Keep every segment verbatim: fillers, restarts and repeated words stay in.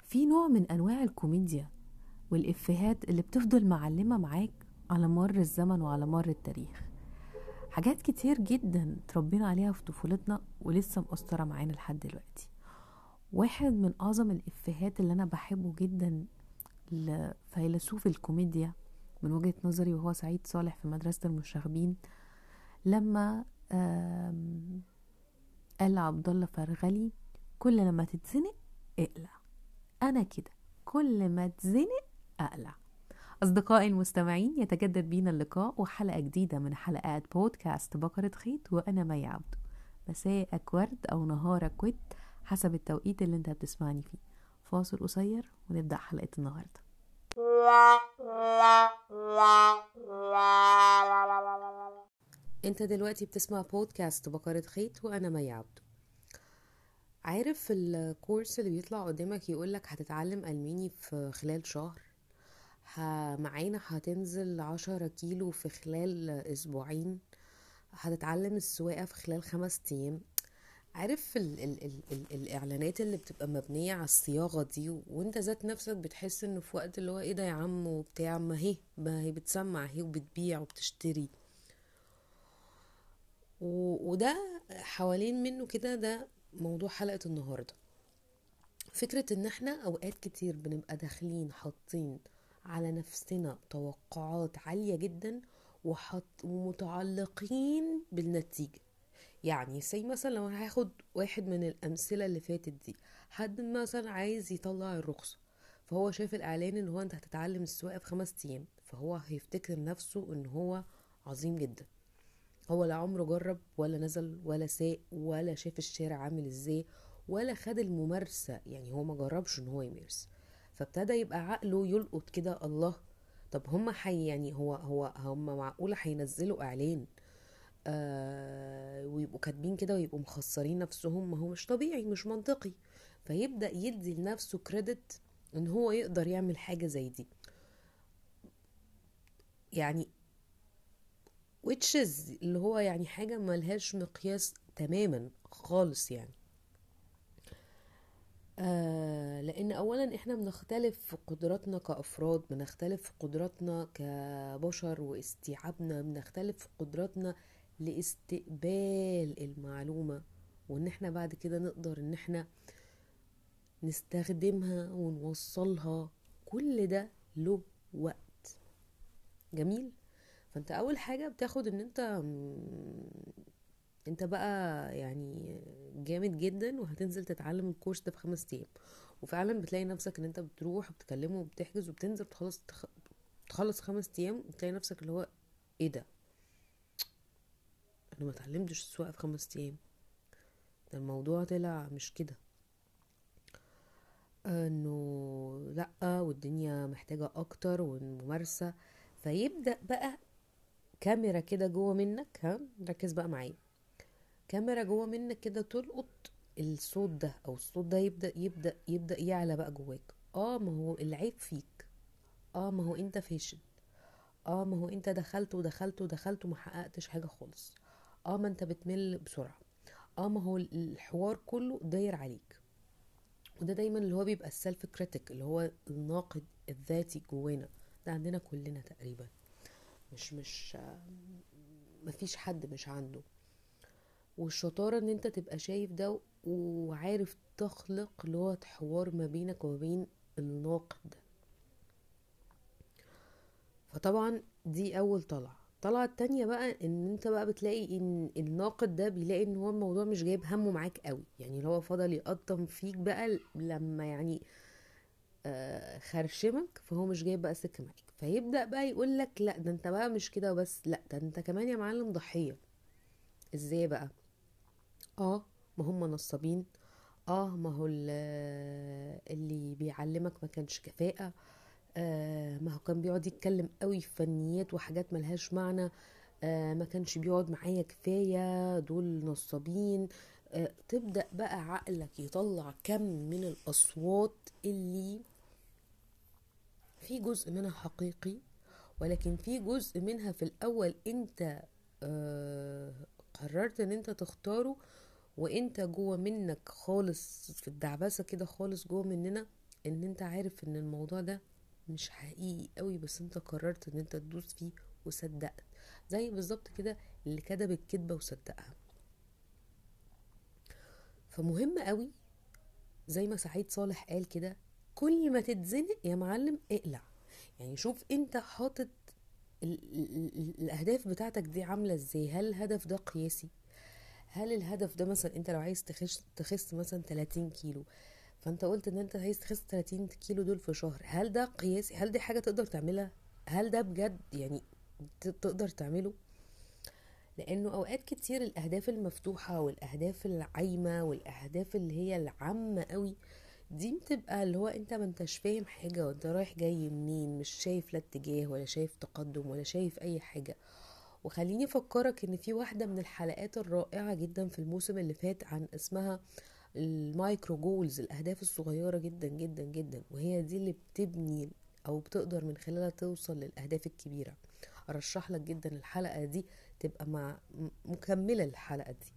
في نوع من انواع الكوميديا والافيهات اللي بتفضل معلمة معاك على مر الزمن وعلى مر التاريخ. حاجات كتير جدا تربينا عليها في طفولتنا ولسه مؤثرة معانا لحد دلوقتي. واحد من اعظم الافيهات اللي انا بحبه جدا لفيلسوف الكوميديا من وجهة نظري وهو سعيد صالح في مدرسة المشاغبين، لما آم، قال لعبد الله فرغلي: كل لما تتزنق اقلع. انا كده كل ما تزنق اقلع. أصدقائي المستمعين، يتجدد بينا اللقاء وحلقة جديدة من حلقات بودكاست بقرة خيط، وأنا مي عبده. مساءك ورد أو نهارك ود حسب التوقيت اللي انت بتسمعني فيه. فاصل قصير ونبدأ حلقة النهاردة. انت دلوقتي بتسمع بودكاست بقرة خيط وأنا مي عبده. عارف الكورس اللي بيطلع قدامك يقولك هتتعلم ألماني في خلال شهر؟ ه- معانا هتنزل عشرة كيلو في خلال اسبوعين، هتتعلم السواقة في خلال خمس ايام. عارف ال ال ال ال الاعلانات اللي بتبقى مبنية على الصياغة دي، وانت ذات نفسك بتحس انه في وقت اللي هو ايه ده يا عم وبتاع، ما هي ما هي بتسمع هي وبتبيع وبتشتري و وده حوالين منه كده. ده موضوع حلقة النهاردة. فكرة ان احنا اوقات كتير بنبقى داخلين حاطين على نفسنا توقعات عالية جدا وحط ومتعلقين بالنتيجة. يعني زي مثلا لو هاخد واحد من الامثلة اللي فاتت دي، حد مثلا عايز يطلع الرخصة، فهو شايف الاعلان ان هو انت هتتعلم السواقة في خمس ايام، فهو هيفتكر نفسه ان هو عظيم جدا. هو لا عمره جرب ولا نزل ولا ساق ولا شاف الشارع عامل ازاي ولا خد الممارسة، يعني هو ما جربش ان هو يمارس. فابتدى يبقى عقله يلقط كده: الله، طب هم حي يعني هو هو هم معقولة هينزلوا اعلان آه ويبقوا كاتبين كده ويبقوا مخسرين نفسهم؟ ما هو مش طبيعي، مش منطقي. فيبدأ يدي لنفسه كريدت ان هو يقدر يعمل حاجة زي دي، يعني which is اللي هو يعني حاجة ملهاش مقياس تماما خالص يعني. آه لان اولا احنا بنختلف في قدراتنا كأفراد، بنختلف في قدراتنا كبشر واستيعابنا، بنختلف في قدراتنا لاستقبال المعلومة، وان احنا بعد كده نقدر ان احنا نستخدمها ونوصلها. كل ده له وقت. جميل. فانت اول حاجة بتاخد ان انت انت بقى يعني جامد جدا وهتنزل تتعلم الكورس ده في خمس ايام، وفعلا بتلاقي نفسك ان انت بتروح وبتكلمه وبتحجز وبتنزل بتخلص تخ... تخلص خمس ايام، وتلاقي نفسك اللي هو ايه ده، انا ما اتعلمتش السواقه في خمس ايام. ده الموضوع طلع مش كده، انه لا، والدنيا محتاجه اكتر والممارسه. فيبدا بقى كاميرا كده جوه منك، ها ركز بقى معايا، كاميرا جوه منك كده تلقط الصوت ده، او الصوت ده يبدأ يبدأ يبدأ يعلى بقى جواك. اه ما هو العيب فيك، اه ما هو انت فاشل، اه ما هو انت دخلت ودخلت ودخلت وما حققتش حاجة خالص، اه ما انت بتمل بسرعة، اه ما هو الحوار كله داير عليك. وده دايما اللي هو بيبقى السلف كريتيك، اللي هو الناقد الذاتي جوانا. ده عندنا كلنا تقريبا، مش مش آه، مفيش حد مش عنده. والشطارة ان انت تبقى شايف ده وعارف تخلق لغة حوار ما بينك وما بين الناقد ده. فطبعا دي اول طلعة. الطلعة التانية بقى ان انت بقى بتلاقي ان الناقد ده بيلاقي ان هو الموضوع مش جايب همه معاك قوي، يعني اللي هو فضل يقطم فيك بقى لما يعني آه خرشمك، فهو مش جايب بقى سكة معاك. فيبدأ بقى يقولك لا ده انت بقى مش كده وبس، لا ده انت كمان يا معلم ضحية. ازاي بقى؟ اه ما هم نصابين، اه ما هو ال- اللي بيعلمك ما كانش كفاءة، آه ما هو كان بيقعد يتكلم قوي في فنيات وحاجات ملهاش معنى، آه ما كانش بيقعد معايا كفاية، دول نصابين. آه تبدأ بقى عقلك يطلع كم من الأصوات اللي في جزء منها حقيقي، ولكن في جزء منها في الأول انت آه قررت ان انت تختاره، وانت جوه منك خالص في الدعبسة كده خالص جوه مننا ان انت عارف ان الموضوع ده مش حقيقي قوي، بس انت قررت ان انت تدوس فيه وصدقت، زي بالظبط كده اللي كتب الكدبة وصدقها. فمهم قوي زي ما سعيد صالح قال كده، كل ما تتزنق يا معلم اقلع. يعني شوف انت حاطط ال- ال- ال- الاهداف بتاعتك دي عاملة ازاي. هل الهدف ده قياسي؟ هل الهدف ده مثلا انت لو عايز تخس تخس مثلا ثلاثين كيلو، فانت قلت ان انت عايز تخس ثلاثين كيلو دول في شهر، هل ده قياسي؟ هل دي حاجة تقدر تعملها؟ هل ده بجد يعني ت- تقدر تعمله؟ لانه اوقات كتير الاهداف المفتوحة والاهداف العايمة والاهداف اللي هي العامة قوي دي بتبقى اللي هو انت ما انتش فاهم حاجة، وانت رايح جاي منين، مش شايف لا اتجاه ولا شايف تقدم ولا شايف اي حاجة. وخليني افكرك ان في واحدة من الحلقات الرائعة جدا في الموسم اللي فات عن اسمها المايكرو جولز، الاهداف الصغيرة جدا جدا جدا، وهي دي اللي بتبني او بتقدر من خلالها توصل للاهداف الكبيرة. ارشح لك جدا الحلقة دي تبقى مع مكملة للحلقة دي.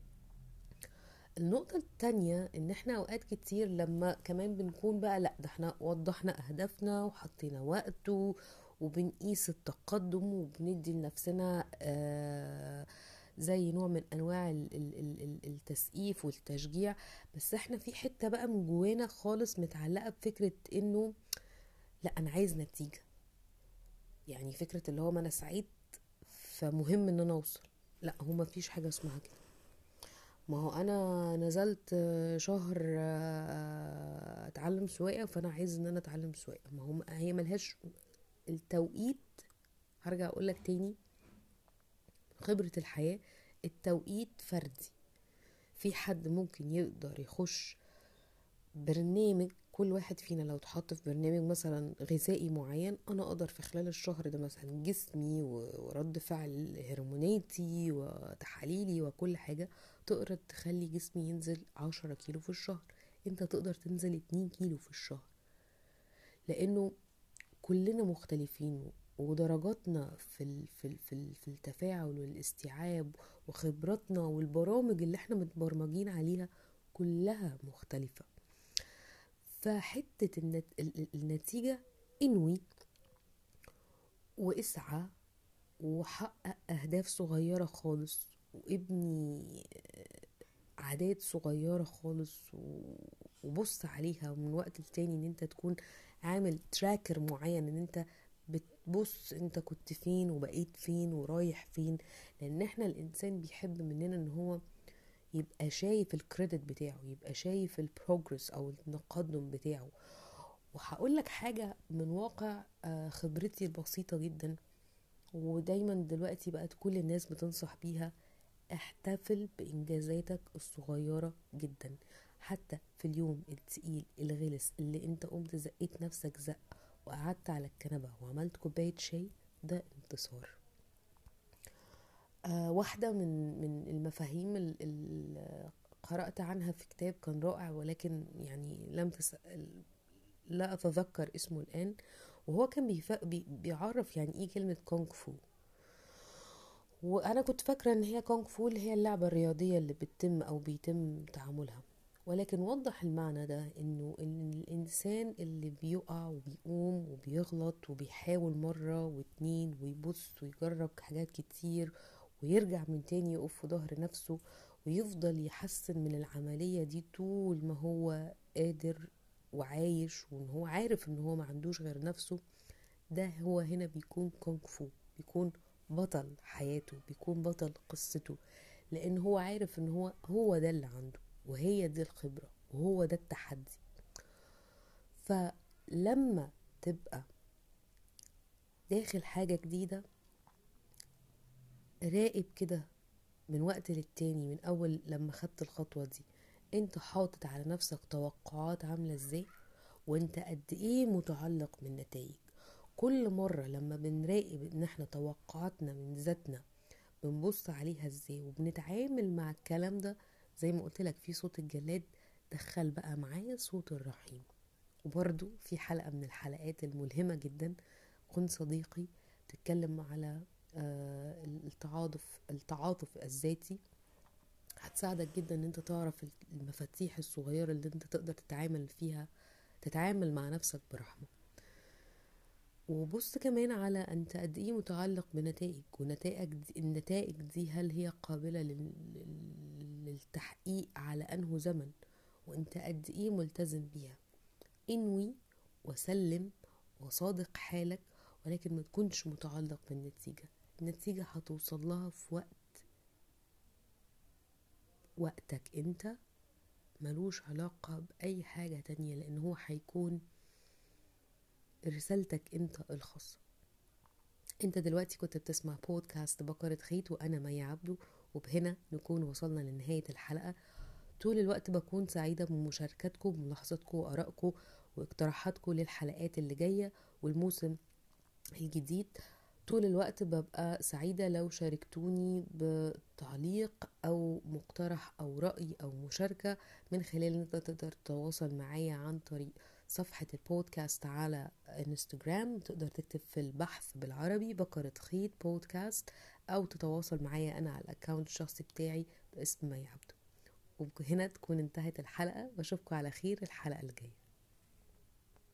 النقطة التانية ان احنا اوقات كتير لما كمان بنكون بقى لا ده احنا وضحنا اهدافنا وحطينا وقته وبنقيس التقدم وبندي لنفسنا آه زي نوع من انواع ال- ال- ال- ال- التسقيف والتشجيع، بس احنا في حتة بقى من جوانا خالص متعلقة بفكرة انه لا انا عايز نتيجة. يعني فكرة اللي هو ما انا سعيد فمهم ان انا اوصل. لا، هو ما فيش حاجة اسمها كده. ما هو انا نزلت شهر آه، اتعلم سواقه، فانا عايز ان انا اتعلم سواقه. ما هو هي ملهاش التوقيت. هرجع اقول لك تاني، خبره الحياه التوقيت فردي. في حد ممكن يقدر يخش برنامج، كل واحد فينا لو اتحط في برنامج مثلا غذائي معين، انا اقدر في خلال الشهر ده مثلا جسمي ورد فعل هرموناتي وتحاليلي وكل حاجة تقدر تخلي جسمي ينزل عشرة كيلو في الشهر. انت تقدر تنزل اتنين كيلو في الشهر، لانه كلنا مختلفين، ودرجاتنا في ال- في ال- في ال- في التفاعل والاستيعاب وخبراتنا والبرامج اللي احنا متبرمجين عليها كلها مختلفة. فحتة النت... ال- ال- النتيجة، انوي واسعى وحقق اهداف صغيرة خالص، وابني عادات صغيرة خالص و- وبص عليها من وقت لتاني، ان انت تكون عامل تراكر معين، ان انت بتبص انت كنت فين وبقيت فين ورايح فين. لان احنا الانسان بيحب مننا ان هو يبقى شايف الكريدت بتاعه، يبقى شايف البروجرس او التقدم بتاعه. وهقول لك حاجة من واقع آه، خبرتي البسيطة جدا، ودايما دلوقتي بقت كل الناس بتنصح بيها: احتفل بإنجازاتك الصغيرة جدا. حتى في اليوم التقيل الغلس اللي انت قمت زقيت نفسك زق وقعدت على الكنبة وعملت كوباية شاي، ده انتصار. آه واحدة من من المفاهيم اللي قرأت عنها في كتاب كان رائع، ولكن يعني لم تس... لا أتذكر اسمه الآن، وهو كان بيف... بي... بيعرف يعني ايه كلمة كونغ فو. وانا كنت فاكرة ان هي كونغ فو اللي هي اللعبة الرياضية اللي بتتم او بيتم تعاملها، ولكن وضح المعنى ده انه ان الانسان اللي بيقع وبيقوم وبيغلط وبيحاول مرة واتنين ويبص ويجرب حاجات كتير ويرجع من تاني يقف في ظهر نفسه ويفضل يحسن من العملية دي طول ما هو قادر وعايش، وان هو عارف ان هو ما عندوش غير نفسه، ده هو هنا بيكون كونغ فو، بيكون بطل حياته، بيكون بطل قصته، لان هو عارف ان هو هو ده اللي عنده، وهي دي الخبرة، وهو ده التحدي. فلما تبقى داخل حاجة جديدة، راقب كده من وقت للتاني، من اول لما خدت الخطوة دي انت حاطط على نفسك توقعات عاملة ازاي، وانت قد ايه متعلق من النتائج. كل مرة لما بنراقب ان احنا توقعاتنا من ذاتنا بنبص عليها ازاي وبنتعامل مع الكلام ده، زي ما قلت لك في صوت الجلاد، دخل بقى معايا صوت الرحيم. وبرضو في حلقة من الحلقات الملهمة جدا، كن صديقي، بتتكلم على آه، التعاطف التعاطف الذاتي. هتساعدك جدا ان انت تعرف المفاتيح الصغيرة اللي انت تقدر تتعامل فيها تتعامل مع نفسك برحمة. وبص كمان على انت قد ايه متعلق بنتائج، ونتائج دي النتائج دي هل هي قابلة لل... للتحقيق على انه زمن، وانت قد ايه ملتزم بيها. انوي وسلم وصادق حالك، ولكن ما تكونش متعلق بالنتيجة. النتيجة هتوصل لها في وقت وقتك انت، ملوش علاقة بأي حاجة تانية، لأن هو هيكون رسالتك انت الخاصة. انت دلوقتي كنت بتسمع بودكاست بقرة خيط، وأنا مي عبدو، وبهنا نكون وصلنا لنهاية الحلقة. طول الوقت بكون سعيدة بمشاركتكم، بملاحظتكم وآرائكم واقتراحاتكم للحلقات اللي جاية والموسم الجديد. طول الوقت ببقى سعيدة لو شاركتوني بتعليق أو مقترح أو رأي أو مشاركة، من خلال انت تقدر تتواصل معايا عن طريق صفحة البودكاست على انستجرام. تقدر تكتب في البحث بالعربي بقرة خيط بودكاست، أو تتواصل معايا أنا على الأكاونت الشخصي بتاعي باسم مي عبدو. وهنا تكون انتهت الحلقة، واشوفكم على خير الحلقة الجاية.